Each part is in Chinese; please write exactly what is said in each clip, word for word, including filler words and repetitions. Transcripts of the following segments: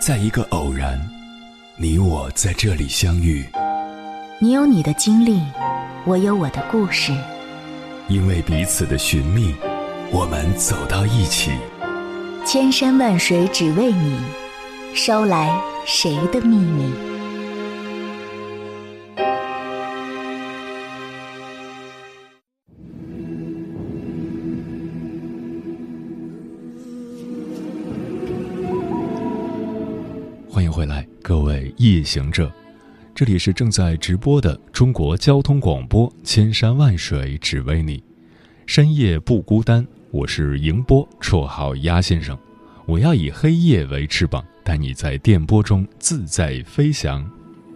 在一个偶然，你我在这里相遇。 你有你的经历，我有我的故事。 因为彼此的寻觅，我们走到一起。 千山万水只为你，捎来谁的秘密？ 欢迎回来，各位夜行者，这里是正在直播的中国交通广播，千山万水只为你，深夜不孤单。我是迎波，绰号鸭先生。我要以黑夜为翅膀，带你在电波中自在飞翔。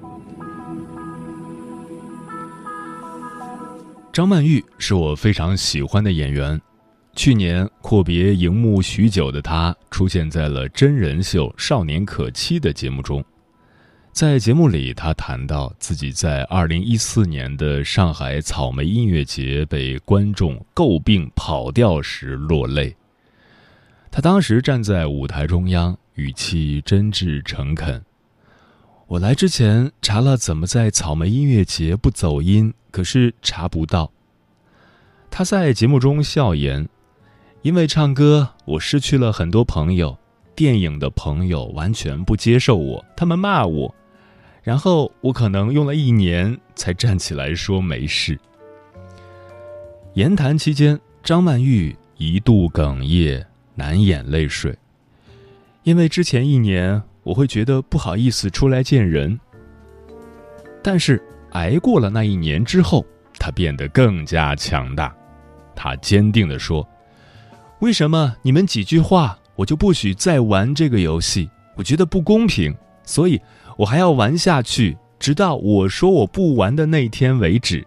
张曼玉是我非常喜欢的演员，去年阔别荧幕许久的她出现在了真人秀《少年可期》的节目中。在节目里，她谈到自己在二零一四年的上海草莓音乐节被观众诟病跑调时落泪。她当时站在舞台中央，语气真挚诚恳。我来之前查了怎么在草莓音乐节不走音，可是查不到。她在节目中笑言，因为唱歌，我失去了很多朋友，电影的朋友完全不接受我，他们骂我，然后我可能用了一年才站起来说没事。言谈期间，张曼玉一度哽咽，难掩泪水，因为之前一年我会觉得不好意思出来见人，但是挨过了那一年之后，她变得更加强大。她坚定地说，为什么你们几句话我就不许再玩这个游戏？我觉得不公平，所以我还要玩下去，直到我说我不玩的那天为止。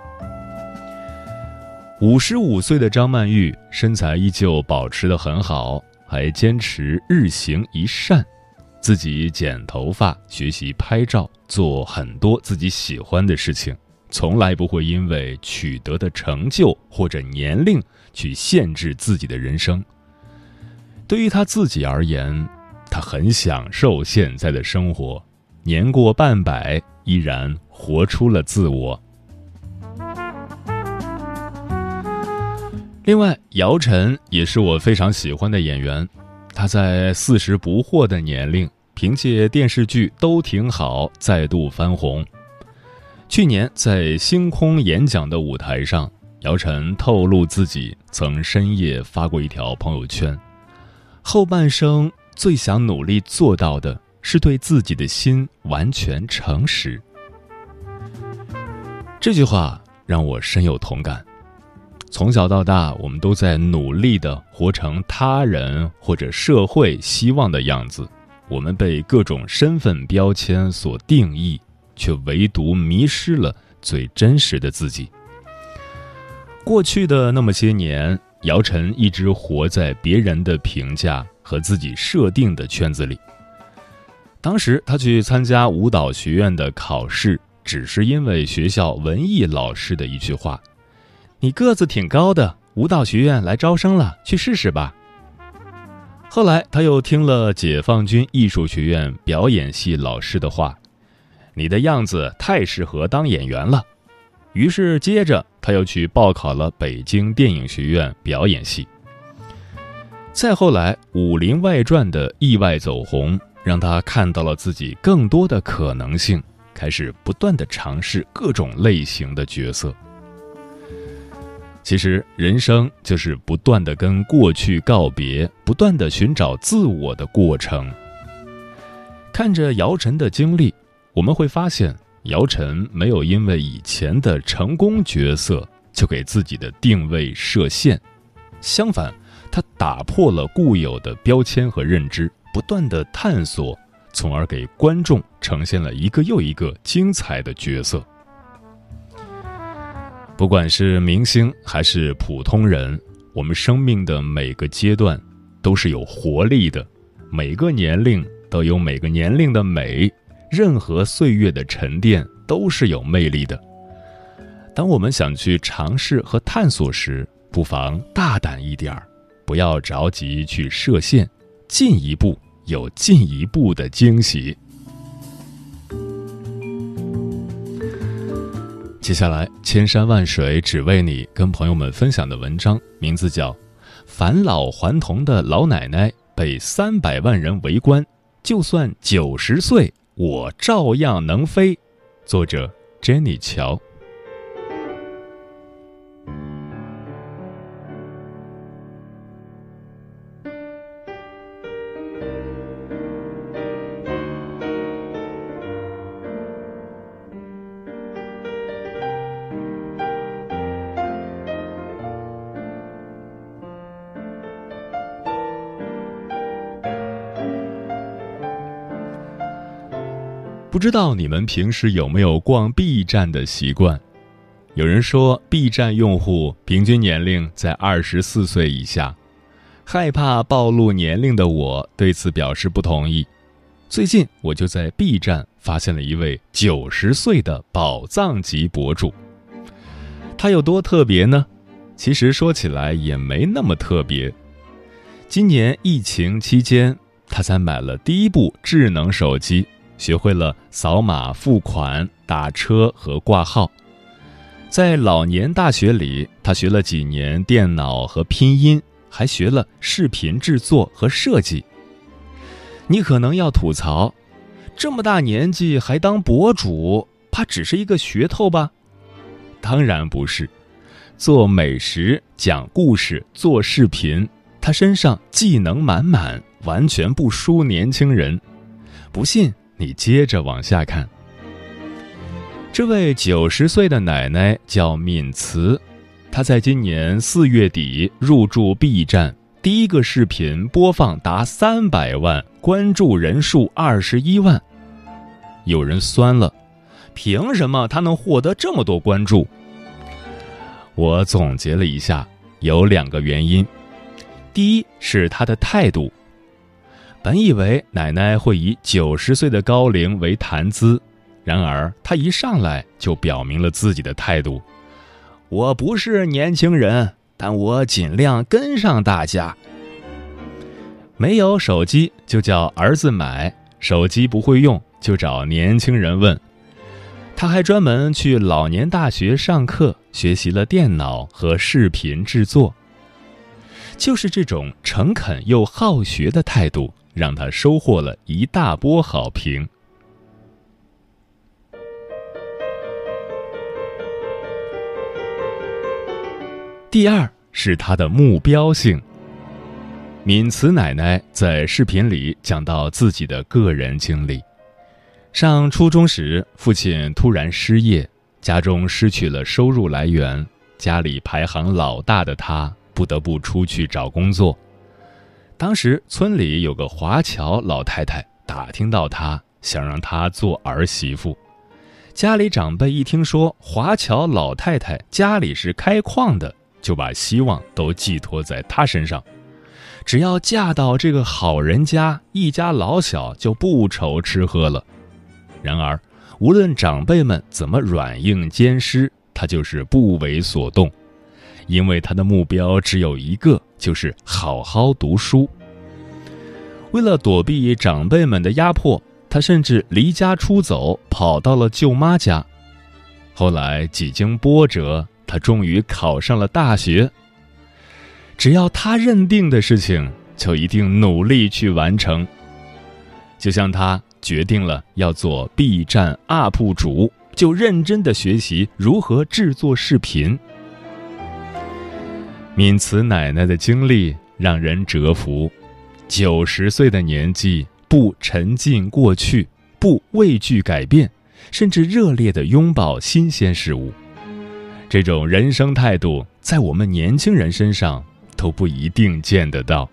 五十五岁的张曼玉身材依旧保持得很好，还坚持日行一善，自己剪头发，学习拍照，做很多自己喜欢的事情，从来不会因为取得的成就或者年龄去限制自己的人生。对于他自己而言，他很享受现在的生活，年过半百，依然活出了自我。另外，姚晨也是我非常喜欢的演员，她在四十不惑的年龄，凭借电视剧都挺好，再度翻红。去年在星空演讲的舞台上，姚晨透露自己曾深夜发过一条朋友圈，后半生最想努力做到的是对自己的心完全诚实。这句话让我深有同感。从小到大，我们都在努力地活成他人或者社会希望的样子，我们被各种身份标签所定义，却唯独迷失了最真实的自己。过去的那么些年，姚晨一直活在别人的评价和自己设定的圈子里。当时他去参加舞蹈学院的考试，只是因为学校文艺老师的一句话，你个子挺高的，舞蹈学院来招生了，去试试吧。后来他又听了解放军艺术学院表演系老师的话，你的样子太适合当演员了。于是接着他又去报考了北京电影学院表演系。再后来，《武林外传》的意外走红，让他看到了自己更多的可能性，开始不断地尝试各种类型的角色。其实人生就是不断地跟过去告别，不断地寻找自我的过程。看着姚晨的经历，我们会发现姚晨没有因为以前的成功角色就给自己的定位设限，相反，她打破了固有的标签和认知，不断地探索，从而给观众呈现了一个又一个精彩的角色。不管是明星还是普通人，我们生命的每个阶段都是有活力的，每个年龄都有每个年龄的美，任何岁月的沉淀都是有魅力的。当我们想去尝试和探索时，不妨大胆一点儿，不要着急去设限，进一步有进一步的惊喜。接下来，千山万水只为你跟朋友们分享的文章，名字叫《返老还童的老奶奶被三百万人围观，就算九十岁，我照样能飞》，作者 Jenny 乔。不知道你们平时有没有逛 B 站的习惯？有人说 B 站用户平均年龄在二十四岁以下，害怕暴露年龄的我对此表示不同意。最近我就在 B 站发现了一位九十岁的宝藏级博主。他有多特别呢？其实说起来也没那么特别。今年疫情期间，他才买了第一部智能手机，学会了扫码付款、打车和挂号。在老年大学里，他学了几年电脑和拼音，还学了视频制作和设计。你可能要吐槽，这么大年纪还当博主，怕只是一个噱头吧？当然不是，做美食、讲故事、做视频，他身上技能满满，完全不输年轻人。不信你接着往下看。这位九十岁的奶奶叫敏慈，她在今年四月底入驻 B 站，第一个视频播放达三百万，关注人数二十一万。有人酸了，凭什么她能获得这么多关注？我总结了一下，有两个原因。第一是她的态度。本以为奶奶会以九十岁的高龄为谈资，然而她一上来就表明了自己的态度：我不是年轻人，但我尽量跟上大家。没有手机就叫儿子买，手机不会用就找年轻人问。她还专门去老年大学上课，学习了电脑和视频制作。就是这种诚恳又好学的态度，让他收获了一大波好评。第二是他的目标性。敏慈奶奶在视频里讲到自己的个人经历。上初中时，父亲突然失业，家中失去了收入来源，家里排行老大的他不得不出去找工作。当时村里有个华侨老太太打听到他，想让他做儿媳妇。家里长辈一听说华侨老太太家里是开矿的，就把希望都寄托在他身上。只要嫁到这个好人家，一家老小就不愁吃喝了。然而无论长辈们怎么软硬兼施，他就是不为所动，因为他的目标只有一个，就是好好读书。为了躲避长辈们的压迫，他甚至离家出走，跑到了舅妈家。后来几经波折，他终于考上了大学。只要他认定的事情，就一定努力去完成。就像他决定了要做 B 站 U P 主，就认真地学习如何制作视频。敏慈奶奶的经历让人折服，九十岁的年纪不沉浸过去，不畏惧改变，甚至热烈地拥抱新鲜事物。这种人生态度在我们年轻人身上都不一定见得到。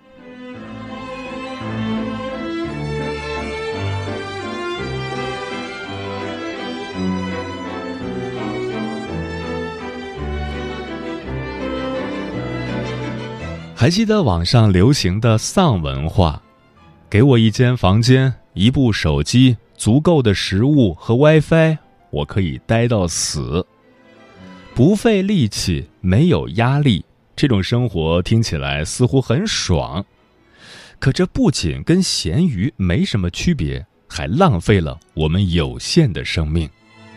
还记得网上流行的丧文化，给我一间房间，一部手机，足够的食物和 WiFi， 我可以待到死。不费力气，没有压力，这种生活听起来似乎很爽。 可这不仅跟咸鱼没什么区别，还浪费了我们有限的生命。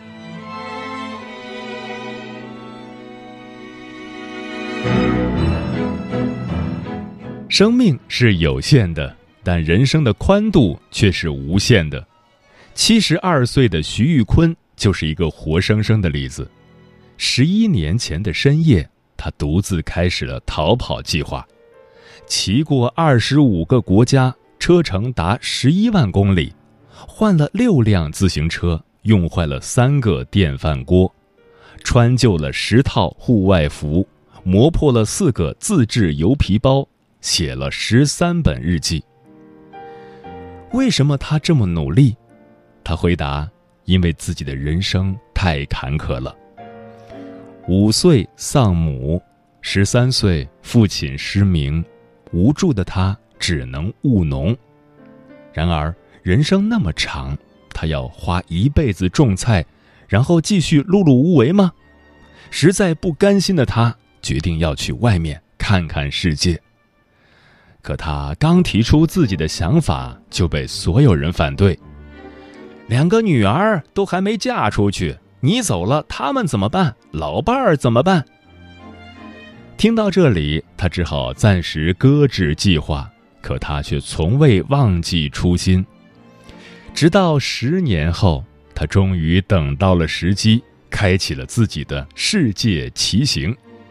生命是有限的，但人生的宽度却是无限的。七十二岁的徐玉坤就是一个活生生的例子。十一年前的深夜，他独自开始了逃跑计划，骑过二十五个国家，车程达十一万公里，换了六辆自行车，用坏了三个电饭锅，穿旧了十套户外服，磨破了四个自制油皮包，写了十三本日记。为什么他这么努力？他回答：因为自己的人生太坎坷了。五岁丧母，十三岁父亲失明，无助的他只能务农。然而人生那么长，他要花一辈子种菜，然后继续碌碌无为吗？实在不甘心的他决定要去外面看看世界。可他刚提出自己的想法，就被所有人反对。两个女儿都还没嫁出去，你走了，他们怎么办？老伴儿怎么办？听到这里，他只好暂时搁置计划，可他却从未忘记初心。直到十年后，他终于等到了时机，开启了自己的世界骑行。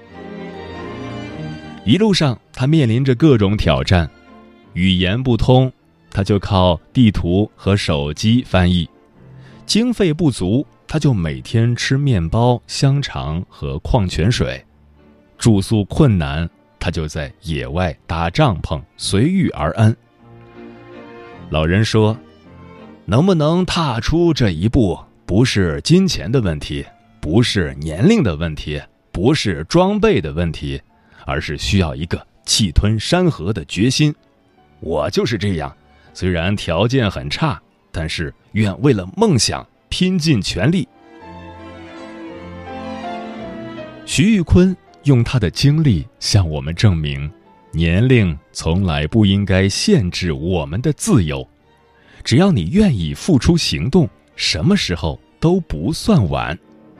一路上，他面临着各种挑战，语言不通，他就靠地图和手机翻译；经费不足，他就每天吃面包、香肠和矿泉水；住宿困难，他就在野外搭帐篷，随遇而安。老人说，能不能踏出这一步，不是金钱的问题，不是年龄的问题，不是装备的问题，而是需要一个气吞山河的决心。我就是这样，虽然条件很差，但是愿为了梦想拼尽全力。徐玉坤用他的经历向我们证明，年龄从来不应该限制我们的自由。只要你愿意付出行动，什么时候都不算晚。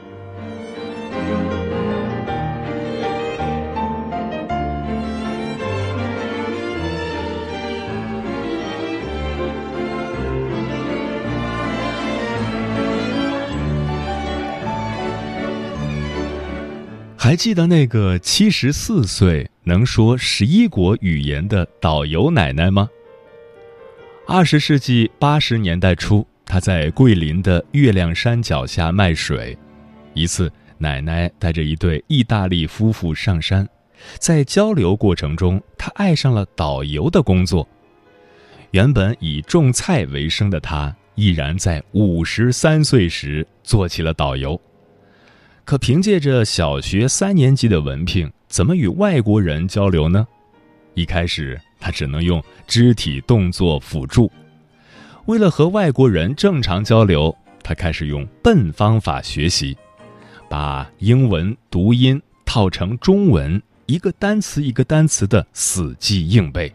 还记得那个七十四岁能说十一国语言的导游奶奶吗？二十世纪八十年代初，她在桂林的月亮山脚下卖水。一次，奶奶带着一对意大利夫妇上山，在交流过程中，她爱上了导游的工作。原本以种菜为生的她，毅然在五十三岁时做起了导游。可凭借着小学三年级的文凭，怎么与外国人交流呢？一开始，他只能用肢体动作辅助。为了和外国人正常交流，他开始用笨方法学习，把英文读音套成中文，一个单词一个单词的死记硬背。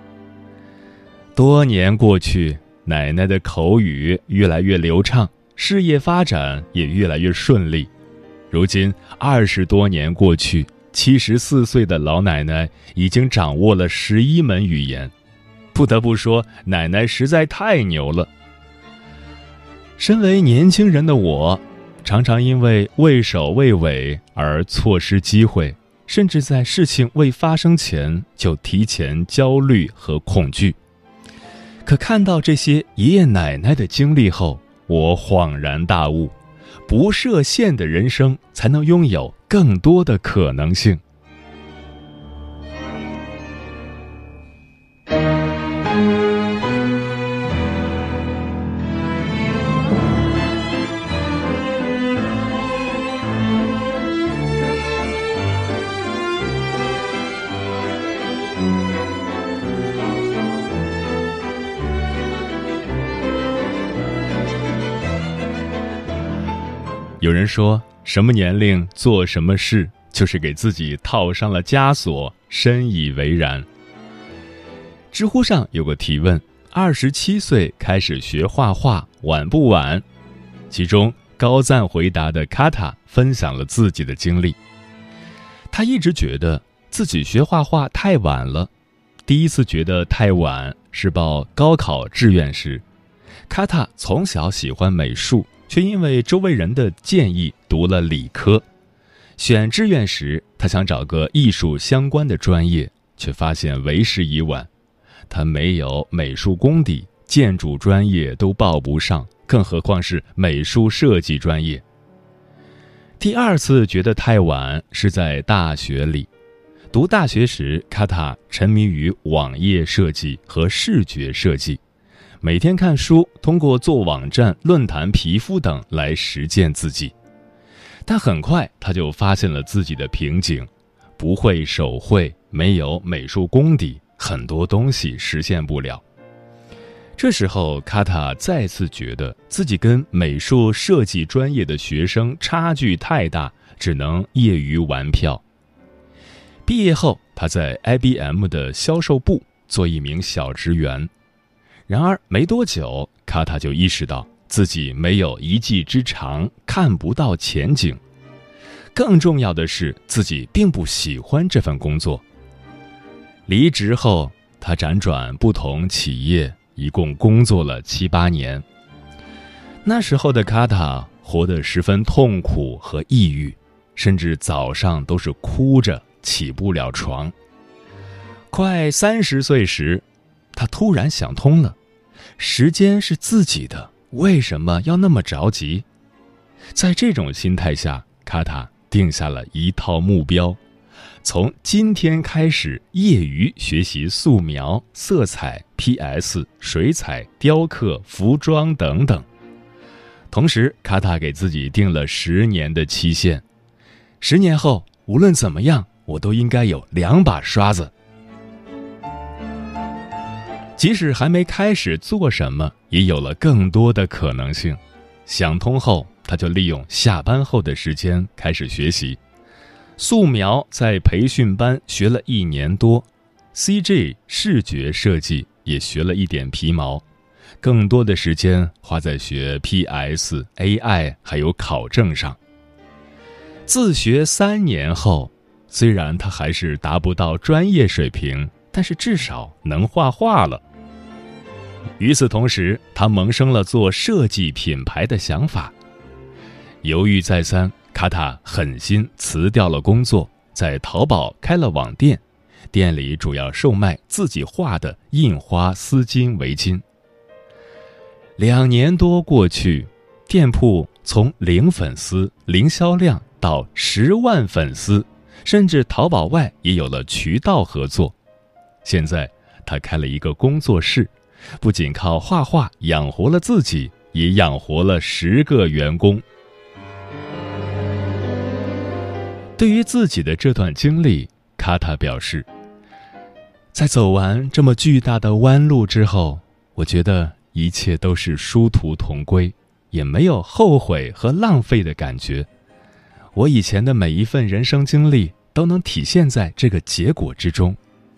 多年过去，奶奶的口语越来越流畅，事业发展也越来越顺利。如今二十多年过去，七十四岁的老奶奶已经掌握了十一门语言。不得不说，奶奶实在太牛了。身为年轻人的我，常常因为畏首畏尾而错失机会，甚至在事情未发生前就提前焦虑和恐惧。可看到这些爷爷奶奶的经历后，我恍然大悟，不设限的人生才能拥有更多的可能性。有人说，什么年龄做什么事，就是给自己套上了枷锁，深以为然。 知乎上有个提问：二十七岁开始学画画，晚不晚？其中高赞回答的卡塔分享了自己的经历。他一直觉得自己学画画太晚了，第一次觉得太晚是报高考志愿时。卡塔从小喜欢美术，却因为周围人的建议读了理科。选志愿时，他想找个艺术相关的专业，却发现为时已晚。他没有美术功底，建筑专业都报不上，更何况是美术设计专业。第二次觉得太晚是在大学里。读大学时，卡塔沉迷于网页设计和视觉设计，每天看书，通过做网站、论坛、皮肤等来实践自己。但很快他就发现了自己的瓶颈，不会手绘，没有美术功底，很多东西实现不了。这时候卡塔再次觉得自己跟美术设计专业的学生差距太大，只能业余玩票。毕业后，他在 I B M 的销售部做一名小职员。然而没多久，卡塔就意识到自己没有一技之长，看不到前景。更重要的是，自己并不喜欢这份工作。离职后，他辗转不同企业，一共工作了七八年。那时候的卡塔活得十分痛苦和抑郁，甚至早上都是哭着起不了床。快三十岁时，他突然想通了，时间是自己的，为什么要那么着急？在这种心态下，卡塔定下了一套目标，从今天开始业余学习素描、色彩、P S、水彩、雕刻、服装等等。同时，卡塔给自己定了十年的期限，十年后无论怎么样，我都应该有两把刷子。即使还没开始做什么，也有了更多的可能性。想通后，他就利用下班后的时间开始学习。素描在培训班学了一年多， C G 视觉设计也学了一点皮毛，更多的时间花在学 P S、A I 还有考证上。自学三年后，虽然他还是达不到专业水平，但是至少能画画了。与此同时，他萌生了做设计品牌的想法。犹豫再三，卡塔狠心辞掉了工作，在淘宝开了网店，店里主要售卖自己画的印花丝巾围巾。两年多过去，店铺从零粉丝、零销量到十万粉丝，甚至淘宝外也有了渠道合作。现在他开了一个工作室，不仅靠画画养活了自己，也养活了十个员工。对于自己的这段经历，卡塔表示，在走完这么巨大的弯路之后，我觉得一切都是殊途同归，也没有后悔和浪费的感觉。我以前的每一份人生经历都能体现在这个结果之中。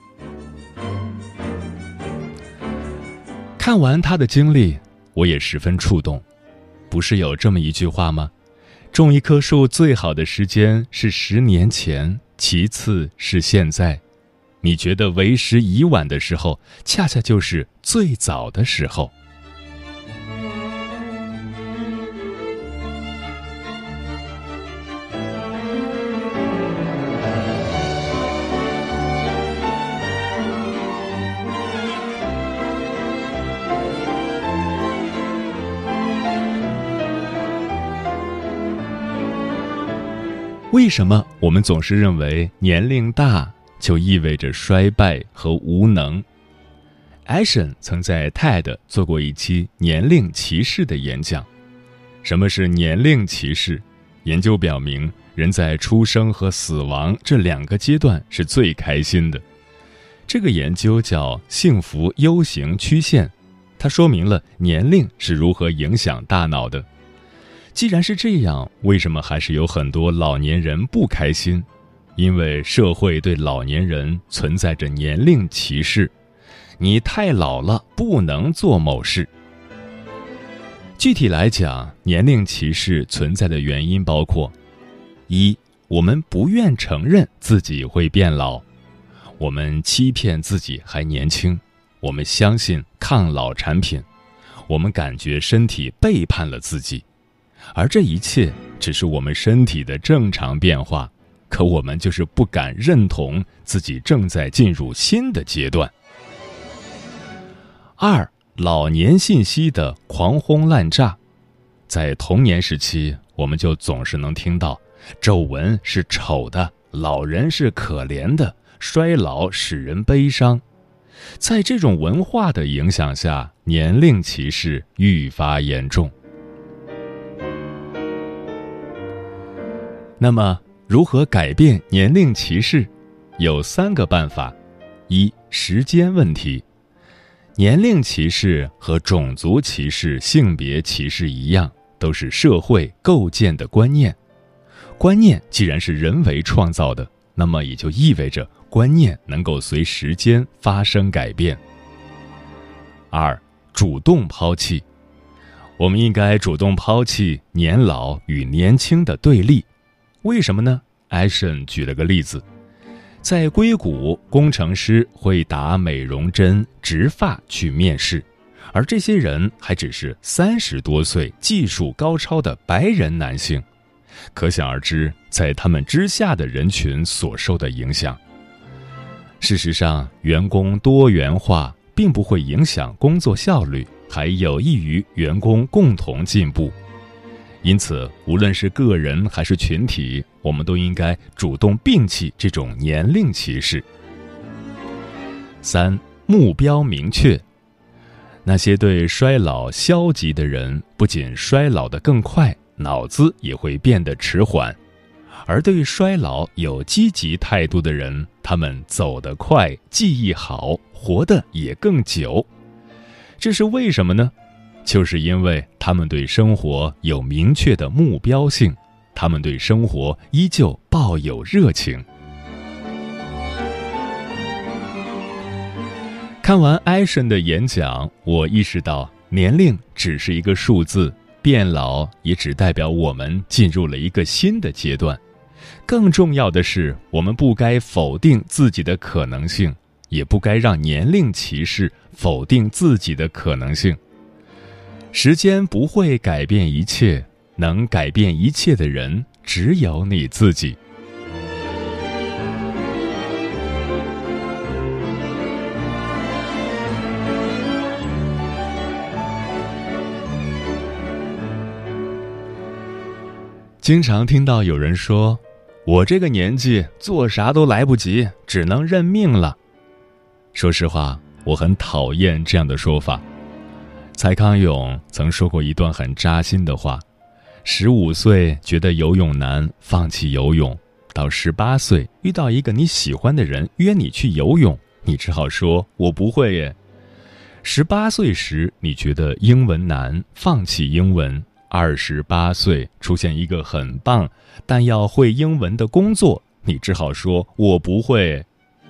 看完他的经历，我也十分触动。不是有这么一句话吗？种一棵树最好的时间是十年前，其次是现在。你觉得为时已晚的时候，恰恰就是最早的时候。为什么我们总是认为年龄大就意味着衰败和无能？艾森曾在 T E D 做过一期年龄歧视的演讲。什么是年龄歧视？研究表明，人在出生和死亡这两个阶段是最开心的。这个研究叫幸福 U 型曲线，它说明了年龄是如何影响大脑的。既然是这样，为什么还是有很多老年人不开心？因为社会对老年人存在着年龄歧视。 你太老了，不能做某事。具体来讲，年龄歧视存在的原因包括：一，我们不愿承认自己会变老，我们欺骗自己还年轻，我们相信抗老产品，我们感觉身体背叛了自己，而这一切只是我们身体的正常变化，可我们就是不敢认同自己正在进入新的阶段。二，老年信息的狂轰滥炸，在童年时期，我们就总是能听到皱纹是丑的，老人是可怜的，衰老使人悲伤。在这种文化的影响下，年龄歧视愈发严重。那么，如何改变年龄歧视？有三个办法。一、时间问题。年龄歧视和种族歧视、性别歧视一样，都是社会构建的观念。观念既然是人为创造的，那么也就意味着观念能够随时间发生改变。二、主动抛弃。我们应该主动抛弃年老与年轻的对立。为什么呢？艾森举了个例子，在硅谷，工程师会打美容针、植发去面试，而这些人还只是三十多岁、技术高超的白人男性，可想而知，在他们之下的人群所受的影响。事实上，员工多元化并不会影响工作效率，还有益于员工共同进步。因此，无论是个人还是群体，我们都应该主动摒弃这种年龄歧视。三、目标明确。那些对衰老消极的人，不仅衰老得更快，脑子也会变得迟缓；而对衰老有积极态度的人，他们走得快，记忆好，活得也更久。这是为什么呢？就是因为他们对生活有明确的目标性，他们对生活依旧抱有热情。看完艾森的演讲，我意识到年龄只是一个数字，变老也只代表我们进入了一个新的阶段。更重要的是，我们不该否定自己的可能性，也不该让年龄歧视否定自己的可能性。时间不会改变一切，能改变一切的人只有你自己。经常听到有人说，我这个年纪做啥都来不及，只能认命了。说实话，我很讨厌这样的说法。蔡康永曾说过一段很扎心的话：十五岁觉得游泳难，放弃游泳；到十八岁遇到一个你喜欢的人约你去游泳，你只好说我不会耶。十八岁时你觉得英文难，放弃英文；二十八岁出现一个很棒但要会英文的工作，你只好说我不会。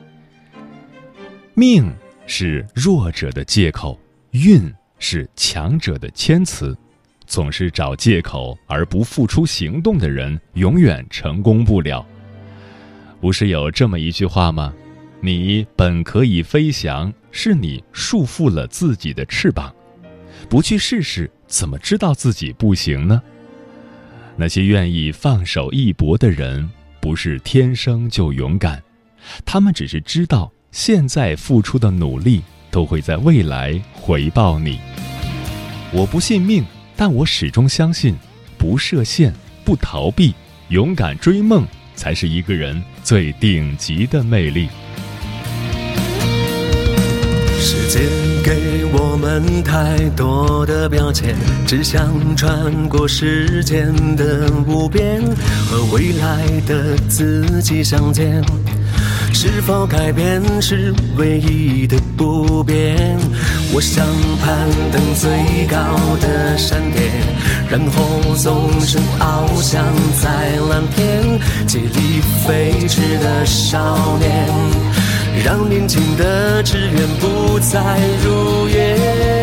命是弱者的借口，运是强者的谦词。总是找借口而不付出行动的人，永远成功不了。不是有这么一句话吗？你本可以飞翔，是你束缚了自己的翅膀。不去试试，怎么知道自己不行呢？那些愿意放手一搏的人，不是天生就勇敢，他们只是知道现在付出的努力都会在未来回报你。我不信命，但我始终相信，不设限，不逃避，勇敢追梦，才是一个人最顶级的魅力。 世界给我们太多的标签，只想穿过时间的无边，和未来的自己相见。是否改变是唯一的不变？我想攀登最高的山巅，然后纵身翱翔在蓝天，竭力飞驰的少年。 让年轻的志愿不再如烟。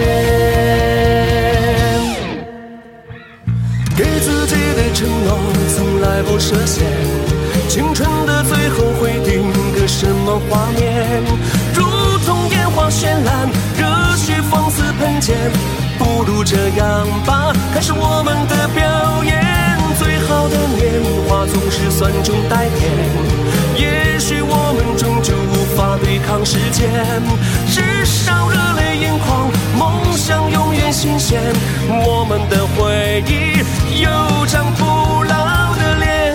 给自己的承诺从来不设限，青春的最后会定格什么画面？如同烟花绚烂，热血放肆喷溅，不如这样吧，开始我们的表演。最好的年华总是算中带甜，也许我们终究无法对抗时间，至少热泪盈眶，梦想永远新鲜，我们的回忆有张不老的脸。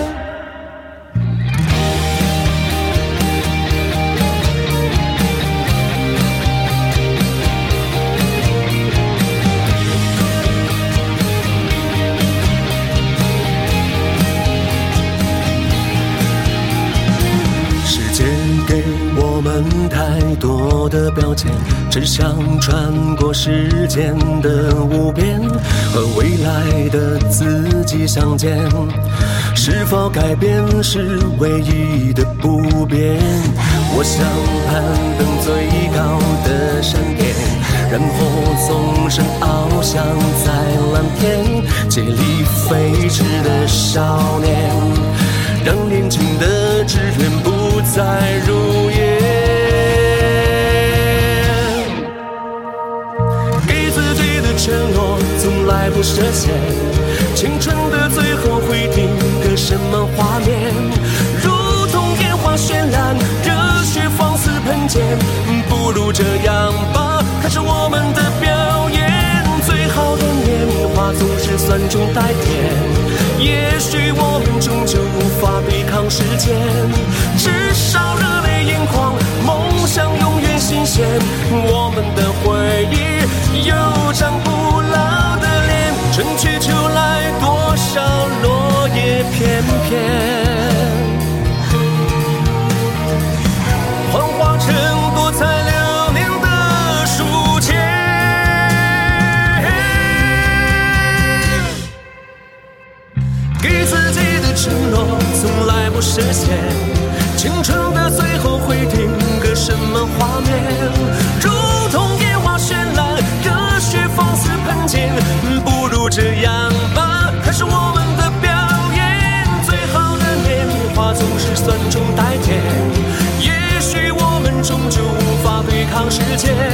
给我们太多的标签，只想穿过时间的无边，和未来的自己相见。是否改变是唯一的不变？我想攀登最高的山巅，然后纵身翱翔在蓝天，竭力飞驰的少年，让年轻的志愿不再如烟。给自己的承诺从来不设限，青春的最后会定格什么画面？如同烟花绚烂，热血放肆喷溅，不如这样吧，开始我们的表演。最好的年华总是酸中带甜，也许我们终究无法对抗时间，至少热泪盈眶，梦想永远新鲜，我们的回忆有张不老的脸。春去秋来，多少落叶翩翩，幻化成多彩流年的书签。给自己的承诺从来不实现，青春的最后会定格什么画面？如同烟花绚烂，热血放肆喷溅，不如这样吧，开始我们的表演。最好的年华总是酸中带甜，也许我们终究无法对抗时间，